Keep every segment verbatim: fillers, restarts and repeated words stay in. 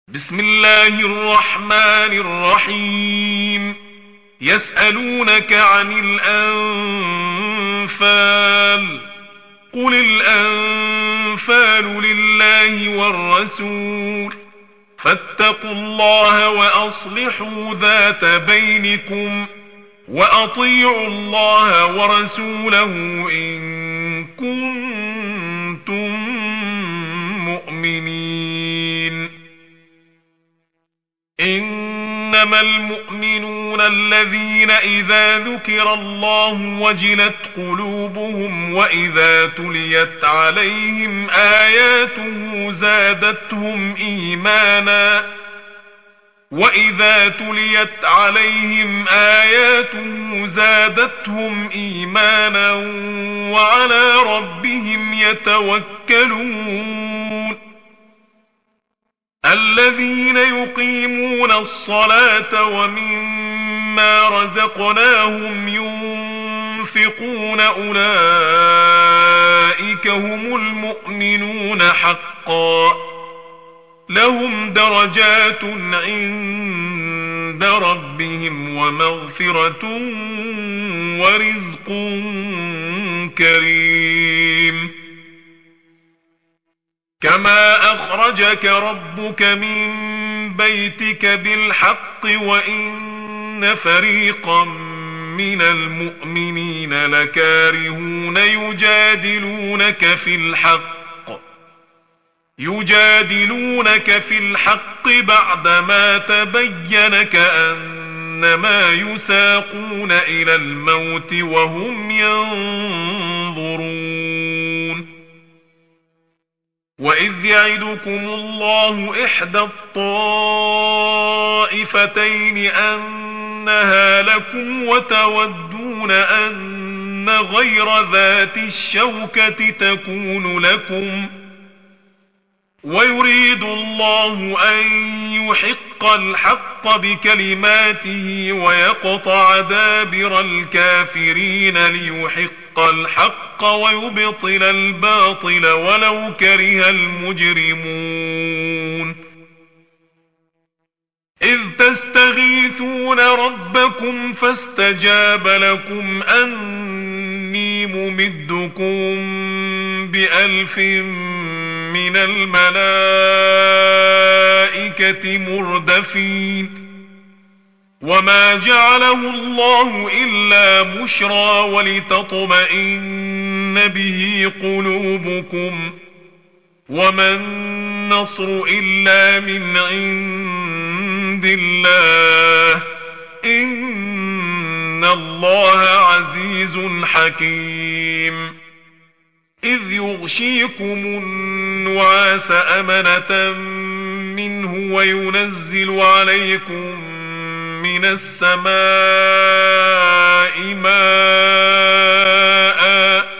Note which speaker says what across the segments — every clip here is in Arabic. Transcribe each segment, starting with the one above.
Speaker 1: بسم الله الرحمن الرحيم. يسألونك عن الأنفال قل الأنفال لله والرسول فاتقوا الله وأصلحوا ذات بينكم وأطيعوا الله ورسوله إن كنتم مؤمنين. إنما المؤمنون الذين إذا ذكر الله وجلت قلوبهم وإذا تليت عليهم آياته زادتهم إيمانا وإذا تليت عليهم آياته زادتهم إيمانا وعلى ربهم يتوكلون. الذين يقيمون الصلاة ومما رزقناهم ينفقون أولئك هم المؤمنون حقا لهم درجات عند ربهم ومغفرة ورزق كريم. كما أخرجك ربك من بيتك بالحق وإن فريقا من المؤمنين لكارهون يجادلونك في الحق يجادلونك في الحق بعدما تبين كأنما يساقون إلى الموت وهم ينظرون. وإذ يعدكم الله إحدى الطائفتين أنها لكم وتودون أن غير ذات الشوكة تكون لكم ويريد الله أن يحق الحق بكلماته ويقطع دابر الكافرين ليحق الحق ويبطل الباطل ولو كره المجرمون. إذ تستغيثون ربكم فاستجاب لكم أني ممدكم بألف من الملائكة مردفين. وما جعله الله إلا بشرى ولتطمئن به قلوبكم وما النصر إلا من عند الله إن الله عزيز حكيم. إذ يغشيكم النعاس أمنة منه وينزل عليكم من السماء ماء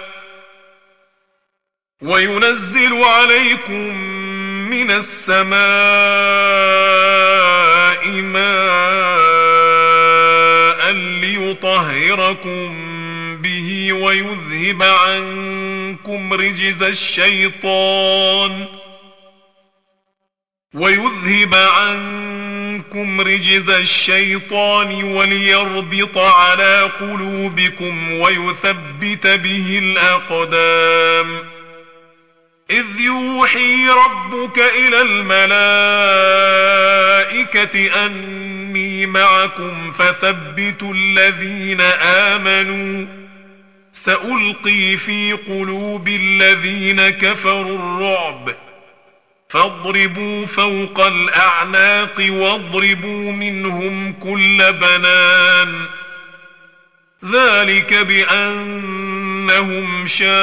Speaker 1: وينزل عليكم من السماء ماء ليطهركم به ويذهب عنكم رجز الشيطان ويذهب عنكم رجز الشيطان وليربط على قلوبكم ويثبت به الأقدام. إذ يوحي ربك إلى الملائكة أني معكم فثبتوا الذين آمنوا سألقي في قلوب الذين كفروا الرعب فاضربوا فوق الأعناق واضربوا منهم كل بنان. ذلك بأنهم شاقوا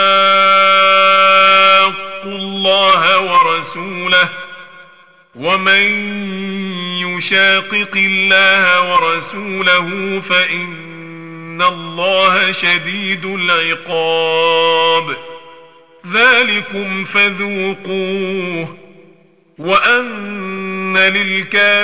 Speaker 1: الله ورسوله ومن يشاقق الله ورسوله فإن الله شديد العقاب. ذلكم فذوقوه وأن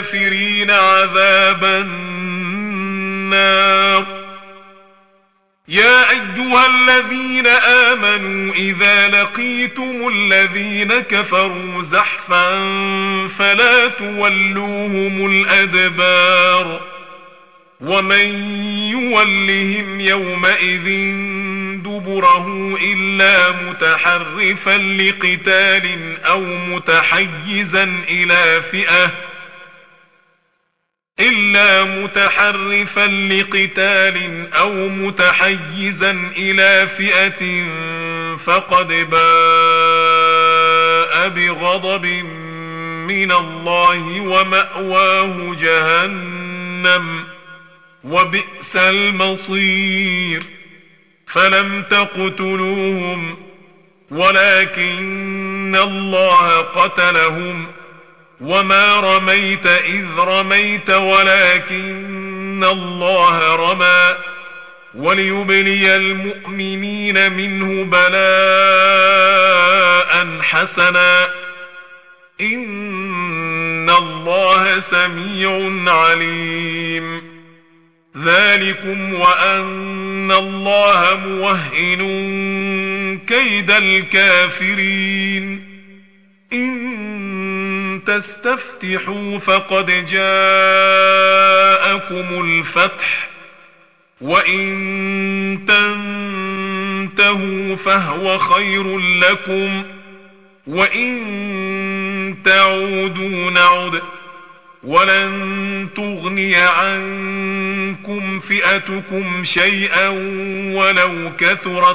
Speaker 1: للكافرين عذاب النار. يا أيها الذين آمنوا إذا لقيتم الذين كفروا زحفا فلا تولوهم الأدبار ومن يولهم يومئذ دبره إلا متحرفا لقتال أو متحيزا إلى فئة إلا متحرفا لقتال أو متحيزا إلى فئة فقد باء بغضب من الله ومأواه جهنم وبئس المصير فلم تقتلوهم ولكن الله قتلهم وما رميت إذ رميت ولكن الله رمى وليبلي المؤمنين منه بلاء حسنا إن الله سميع عليم ذلكم وأن الله موهن كيد الكافرين إن تستفتحوا فقد جاءكم الفتح وإن تنتهوا فهو خير لكم وإن تعودوا نعد ولن تغني عنكم فئتكم شيئا ولو كثرت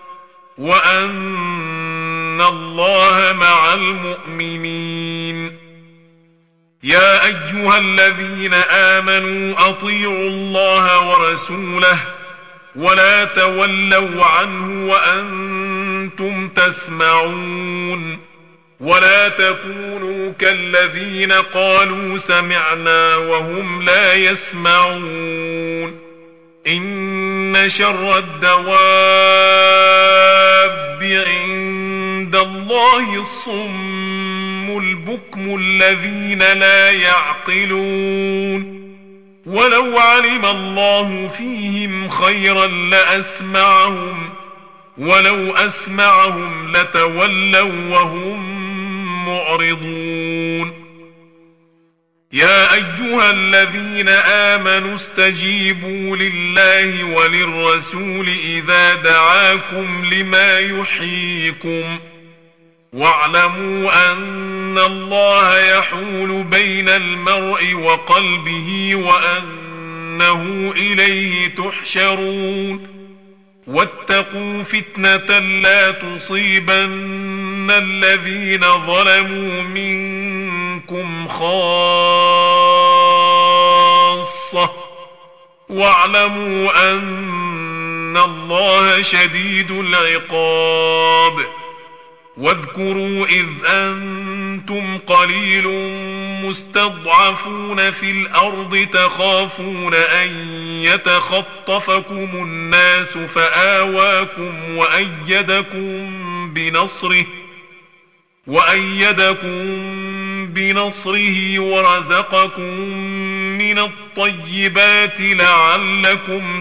Speaker 1: وأن الله مع المؤمنين يا أيها الذين آمنوا أطيعوا الله ورسوله ولا تولوا عنه وأنتم تسمعون ولا تكونوا كالذين قالوا سمعنا وهم لا يسمعون إن شر الدواب عند الله الصم البكم الذين لا يعقلون ولو علم الله فيهم خيرا لأسمعهم ولو أسمعهم لتولوا وهم معرضون يا أيها الذين آمنوا استجيبوا لله وللرسول إذا دعاكم لما يحييكم واعلموا أن الله يحول بين المرء وقلبه وأنه إليه تحشرون واتقوا فتنة لا تصيبن الذين ظلموا منكم خاصة واعلموا أن الله شديد العقاب واذكروا إذ أنتم قليل مستضعفون في الأرض تخافون أن يتخطفكم الناس فآواكم وأيدكم بنصره وأيدكم بنصره ورزقكم من الطيبات لعلكم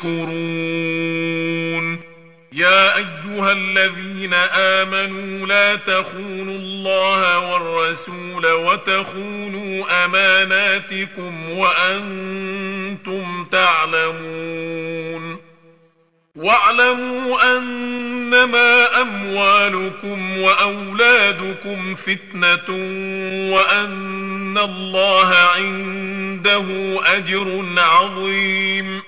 Speaker 1: تشكرون يا أيها الذين آمنوا لا تخونوا الله والرسول وتخونوا أماناتكم وأنتم تعلمون واعلموا أنما أموالكم وأولادكم فتنة وأن الله عنده أجر عظيم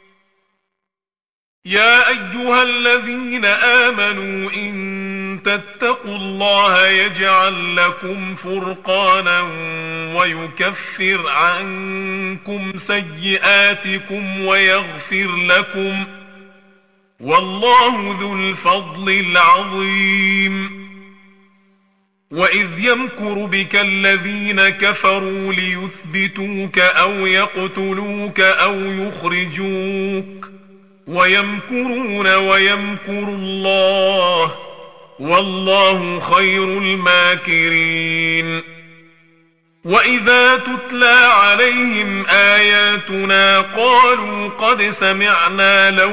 Speaker 1: يا أيها الذين آمنوا إن تتقوا الله يجعل لكم فرقانا ويكفر عنكم سيئاتكم ويغفر لكم والله ذو الفضل العظيم وإذ يمكر بك الذين كفروا ليثبتوك أو يقتلوك أو يخرجوك ويمكرون ويمكر الله والله خير الماكرين وإذا تتلى عليهم آياتنا قالوا قد سمعنا لو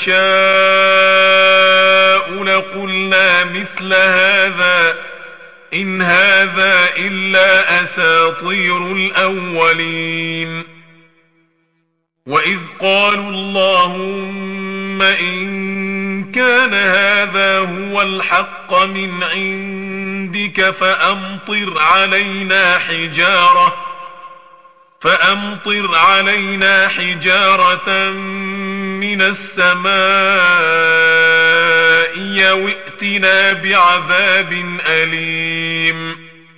Speaker 1: نشاء لقلنا مثل هذا إن هذا إلا أساطير الأولين. وإذ قالوا اللهم إن كان هذا هو الحق من عندك فأمطر علينا حجارة فأمطر علينا حجارة من السماء أو ائتنا بعذاب أليم.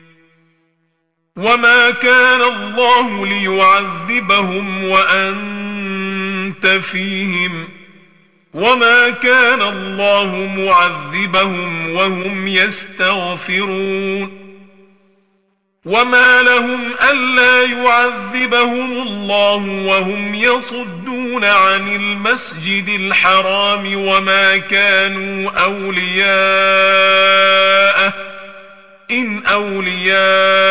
Speaker 1: وما كان الله ليعذبهم وأنت فيهم وما كان الله معذبهم وهم يستغفرون. وما لهم ألا يعذبهم الله وهم يصدون عن المسجد الحرام وما كانوا أولياءه إن أولياؤه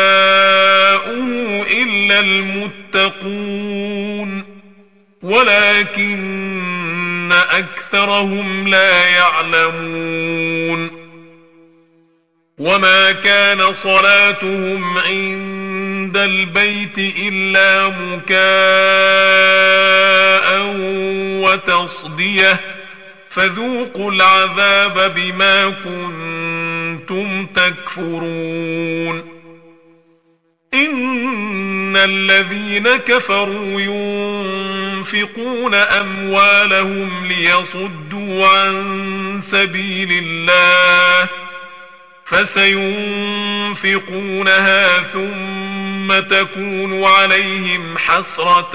Speaker 1: إلا المتقون ولكن أكثرهم لا يعلمون. وما كان صلاتهم عند البيت إلا مكاء وتصدية فذوقوا العذاب بما كنتم تكفرون. إن الذين كفروا ينفقون أموالهم ليصدوا عن سبيل الله فسينفقونها ثم تكون عليهم حسرة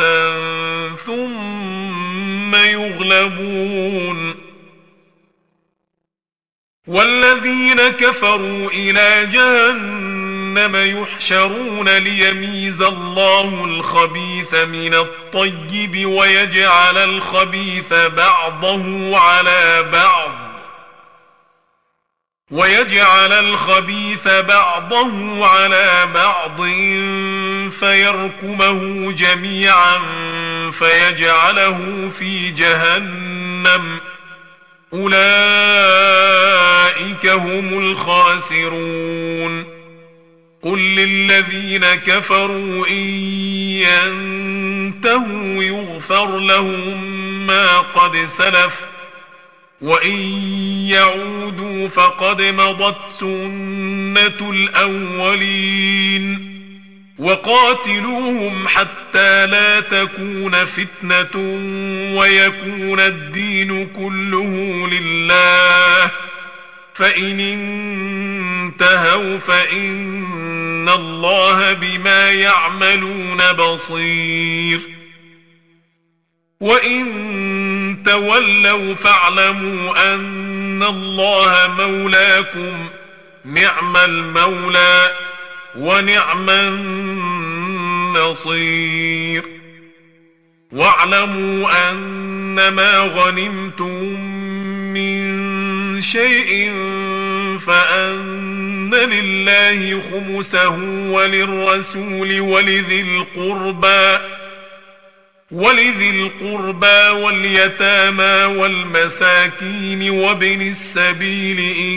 Speaker 1: ثم يغلبون. والذين كفروا إلى جهنم يحشرون ليميز الله الخبيث من الطيب ويجعل الخبيث بعضه على بعض ويجعل الخبيث بعضه على بعض فيركمه جميعا فيجعله في جهنم أولئك هم الخاسرون. قل للذين كفروا إن ينتهوا يغفر لهم ما قد سلف وإن يعودوا فقد مضت سنة الأولين. وقاتلوهم حتى لا تكون فتنة ويكون الدين كله لله فإن انتهوا فإن الله بما يعملون بصير. وإن تولوا فاعلموا أن الله مولاكم نعم المولى ونعم النصير. واعلموا أنما غنمتم من شيء فأن لله خمسه وللرسول ولذي القربى ولذي القربى واليتامى والمساكين وابن السبيل إن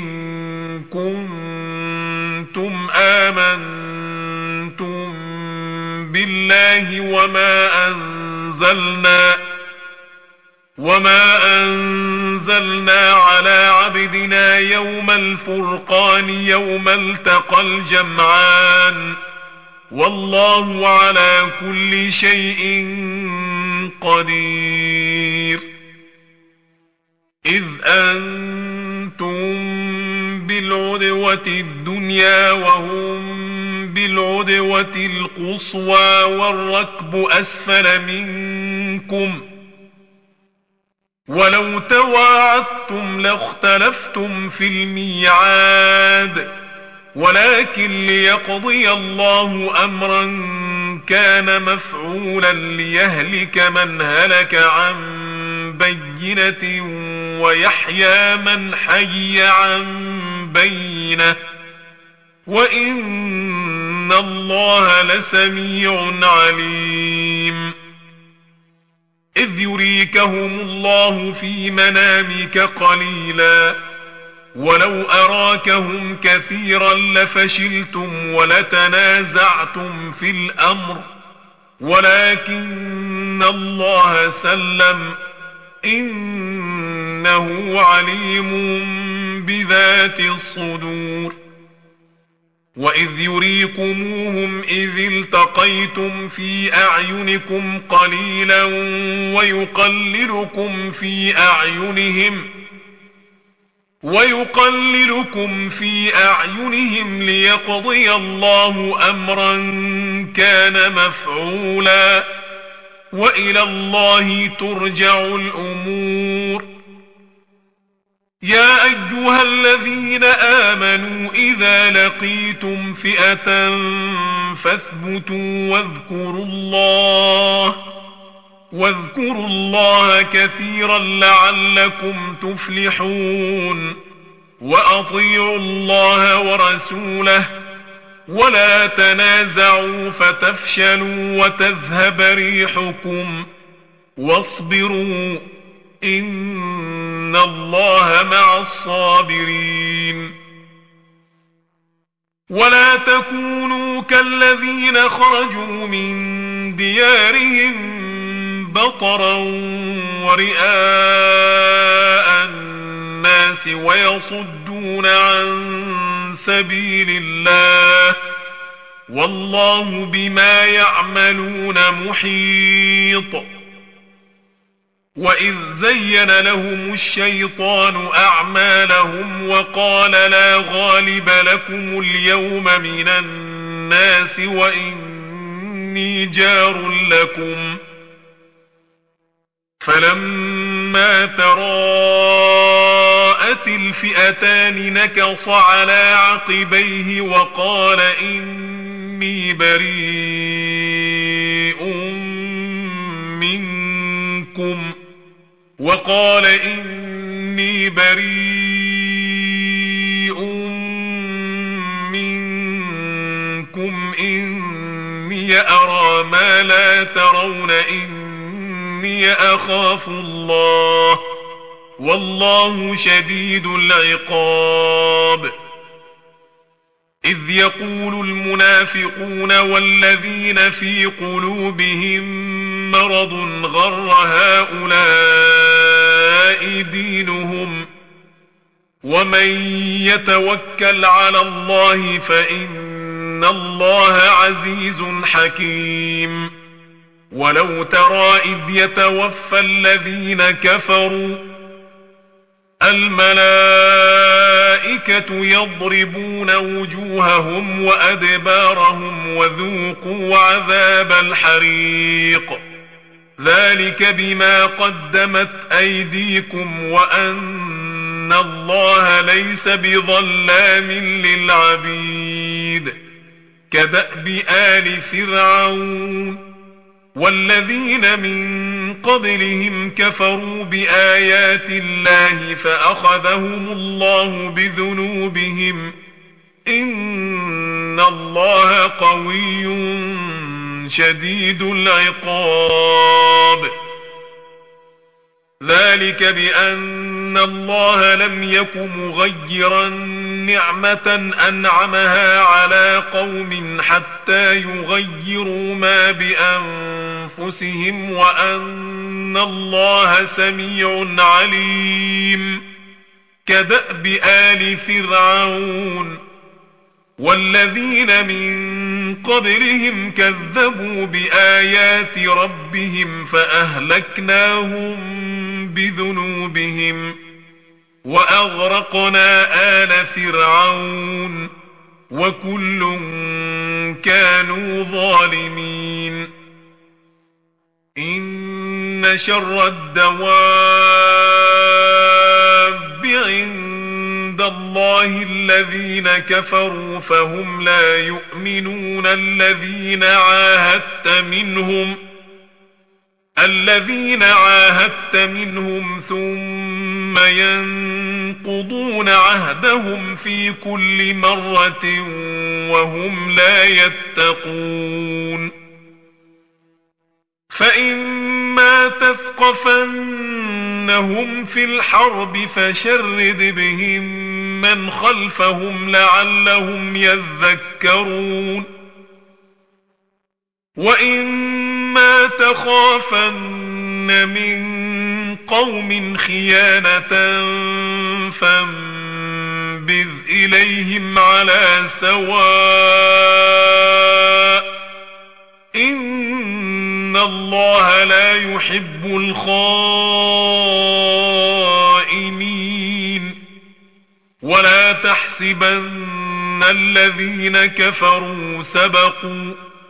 Speaker 1: كنتم آمنتم بالله وما أنزلنا وما أنزلنا على عبدنا يوم الفرقان يوم التقى الجمعان والله على كل شيء قدير. إذ أنتم بالعدوة الدنيا وهم بالعدوة القصوى والركب أسفل منكم ولو تواعدتم لاختلفتم في الميعاد ولكن ليقضي الله أمرا كان مفعولا ليهلك من هلك عن بينة ويحيى من حي عن بينة وإن إن الله لسميع عليم إذ يريكهم الله في منامك قليلا ولو أراكهم كثيرا لفشلتم ولتنازعتم في الأمر ولكن الله سلم إنه عليم بذات الصدور وإذ يريكموهم إذ التقيتم في أعينكم قليلا ويقللكم في أعينهم ويقللكم في أعينهم ليقضي الله أمرا كان مفعولا وإلى الله ترجع الأمور يا أيها الذين آمنوا إذا لقيتم فئة فاثبتوا واذكروا الله واذكروا الله كثيرا لعلكم تفلحون وأطيعوا الله ورسوله ولا تنازعوا فتفشلوا وتذهب ريحكم واصبروا إن الله مع الصابرين ولا تكونوا كالذين خرجوا من ديارهم بطرا ورئاء الناس ويصدون عن سبيل الله والله بما يعملون محيط وإذ زين لهم الشيطان أعمالهم وقال لا غالب لكم اليوم من الناس وإني جار لكم فلما تراءت الفئتان نكص على عقبيه وقال إني بريء منكم وقال إني بريء منكم إني أرى ما لا ترون إني أخاف الله والله شديد العقاب إذ يقول المنافقون والذين في قلوبهم مرض غر هؤلاء دينهم ومن يتوكل على الله فإن الله عزيز حكيم ولو ترى إذ يتوفى الذين كفروا الملائكة يضربون وجوههم وأدبارهم وذوقوا عذاب الحريق ذلك بما قدمت أيديكم وأن الله ليس بظلام للعبيد كدأب آل فرعون والذين من قبلهم كفروا بآيات الله فأخذهم الله بذنوبهم إن الله قوي شديد العقاب ذلك بأن الله لم يك مغيرا نعمة أنعمها على قوم حتى يغيروا ما بأنفسهم وأن الله سميع عليم كدأب آل فرعون والذين من قبلهم كذبوا بآيات ربهم فأهلكناهم بذنوبهم وأغرقنا آل فرعون وكل كانوا ظالمين إن شر الدواب عند الله الذين كفروا فهم لا يؤمنون الذين عاهدت منهم الذين عاهدت منهم ثم ثم ينقضون عهدهم في كل مرة وهم لا يتقون فإما تثقفنهم في الحرب فشرد بهم من خلفهم لعلهم يذكرون وإما تخافن من قوم خيانة فانبذ إليهم على سواء إن الله لا يحب الخائنين ولا تحسبن الذين كفروا سبقوا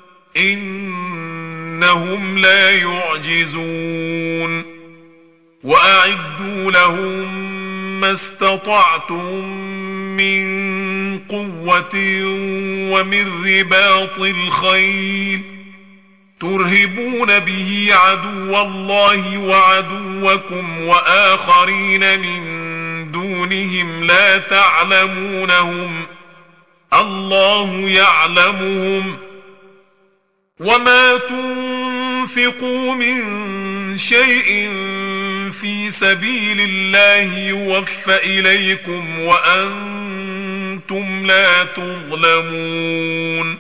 Speaker 1: إنهم لا يعجزون وأعدوا لهم ما استطعتم من قوة ومن رباط الخيل ترهبون به عدو الله وعدوكم وآخرين من دونهم لا تعلمونهم الله يعلمهم وما تنفقوا من شيء في سبيل الله يوفى إليكم وأنتم لا تظلمون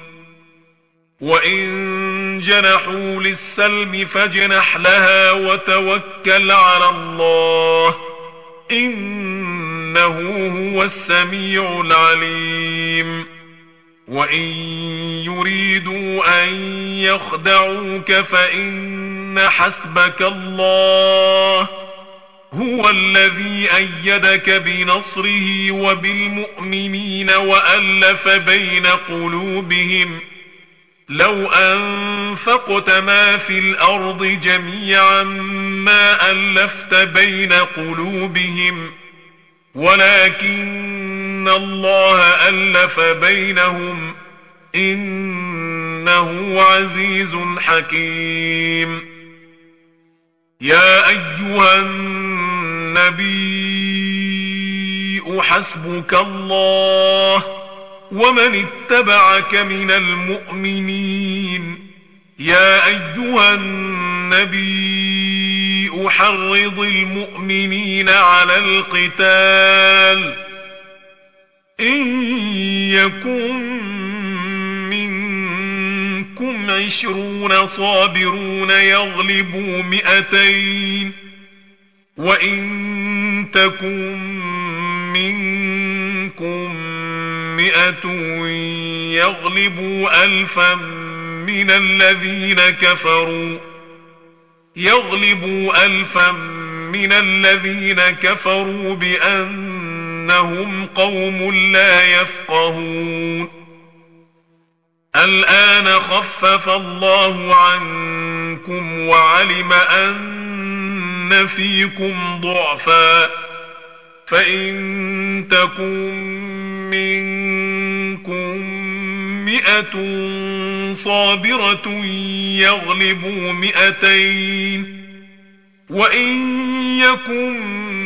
Speaker 1: وإن جنحوا للسلم فاجنح لها وتوكل على الله إنه هو السميع العليم وإن يريدوا أن يخدعوك فإن حسبك الله هو الذي أيدك بنصره وبالمؤمنين وألف بين قلوبهم لو أنفقت ما في الأرض جميعا ما ألفت بين قلوبهم ولكن الله ألف بينهم إنه عزيز حكيم يا أيها النبي حسبك الله ومن اتبعك من المؤمنين يا أيها النبي حرض المؤمنين على القتال إن يكن منكم عشرون صابرون يغلبوا مئتين وإن تكن منكم مئة يغلبوا ألفا من الذين كفروا يغلبوا ألفا من الذين كفروا بأنهم قوم لا يفقهون الآن خفف الله عنكم وعلم أن فيكم ضعفا فإن تكن منكم مئة صابرة يغلبوا مئتين وإن يكن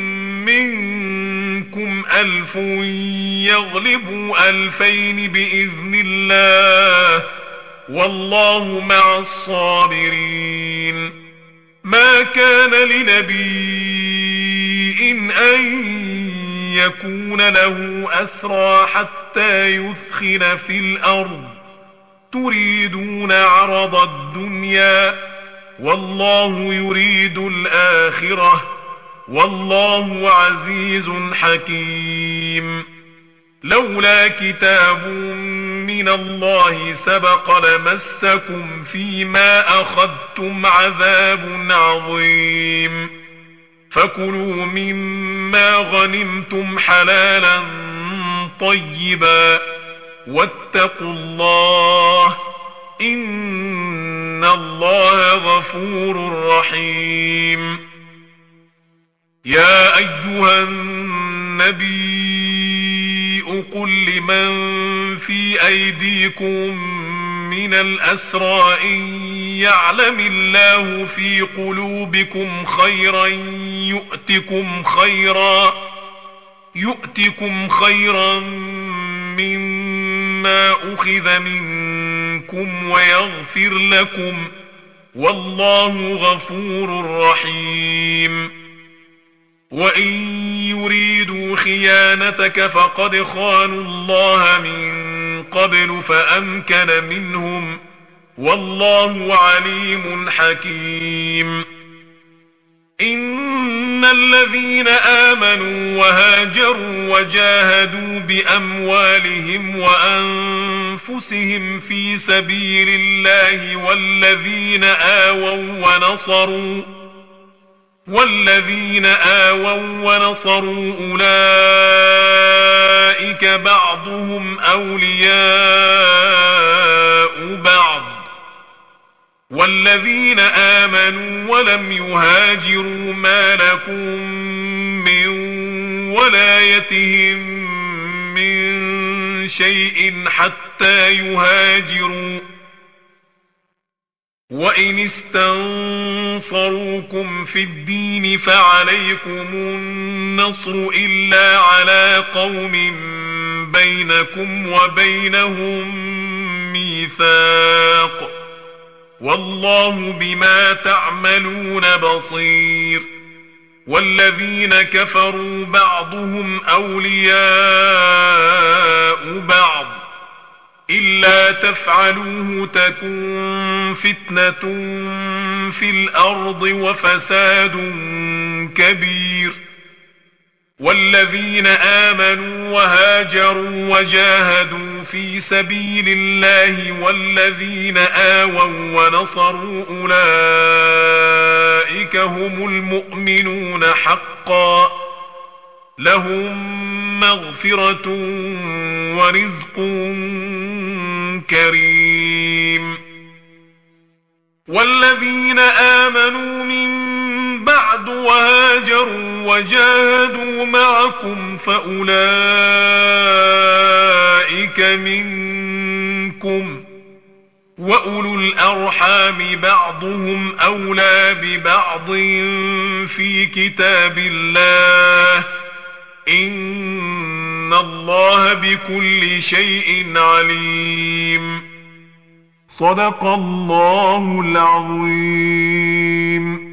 Speaker 1: منكم ألف يغلبوا ألفين بإذن الله والله مع الصابرين ما كان لنبي أن يكون له أسرى حتى يثخن في الأرض تريدون عرض الدنيا والله يريد الآخرة والله عزيز حكيم لولا كتاب من الله سبق لمسكم فيما أخذتم عذاب عظيم فكلوا مما غنمتم حلالا طيبا واتقوا الله إن الله غفور رحيم يا أيها النبي قل لمن في أيديكم من الأسرى إن يعلم الله في قلوبكم خيرا يؤتكم خيرا يؤتكم خيرا مما أخذ منكم ويغفر لكم والله غفور رحيم. وإن يريدوا خيانتك فقد خانوا الله من قبل فأمكن منهم والله عليم حكيم. إن الذين آمنوا وهاجروا وجاهدوا بأموالهم وأنفسهم في سبيل الله والذين آووا ونصروا والذين آووا ونصروا أولئك بعضهم أولياء بعض والذين آمنوا ولم يهاجروا ما لكم من ولايتهم من شيء حتى يهاجروا وإن استنصروكم في الدين فعليكم النصر إلا على قوم بينكم وبينهم ميثاق والله بما تعملون بصير. والذين كفروا بعضهم أولياء بعض إلا تفعلوه تكن فتنة في الأرض وفساد كبير. والذين آمنوا وهاجروا وجاهدوا في سبيل الله والذين آووا ونصروا أولئك هم المؤمنون حقا لهم مغفرة ورزق كريم. والذين آمنوا من بعد وهاجروا وجاهدوا معكم فأولئك منكم وأولو الأرحام بعضهم أولى ببعض في كتاب الله إن الله بكل شيء عليم. صدق الله العظيم.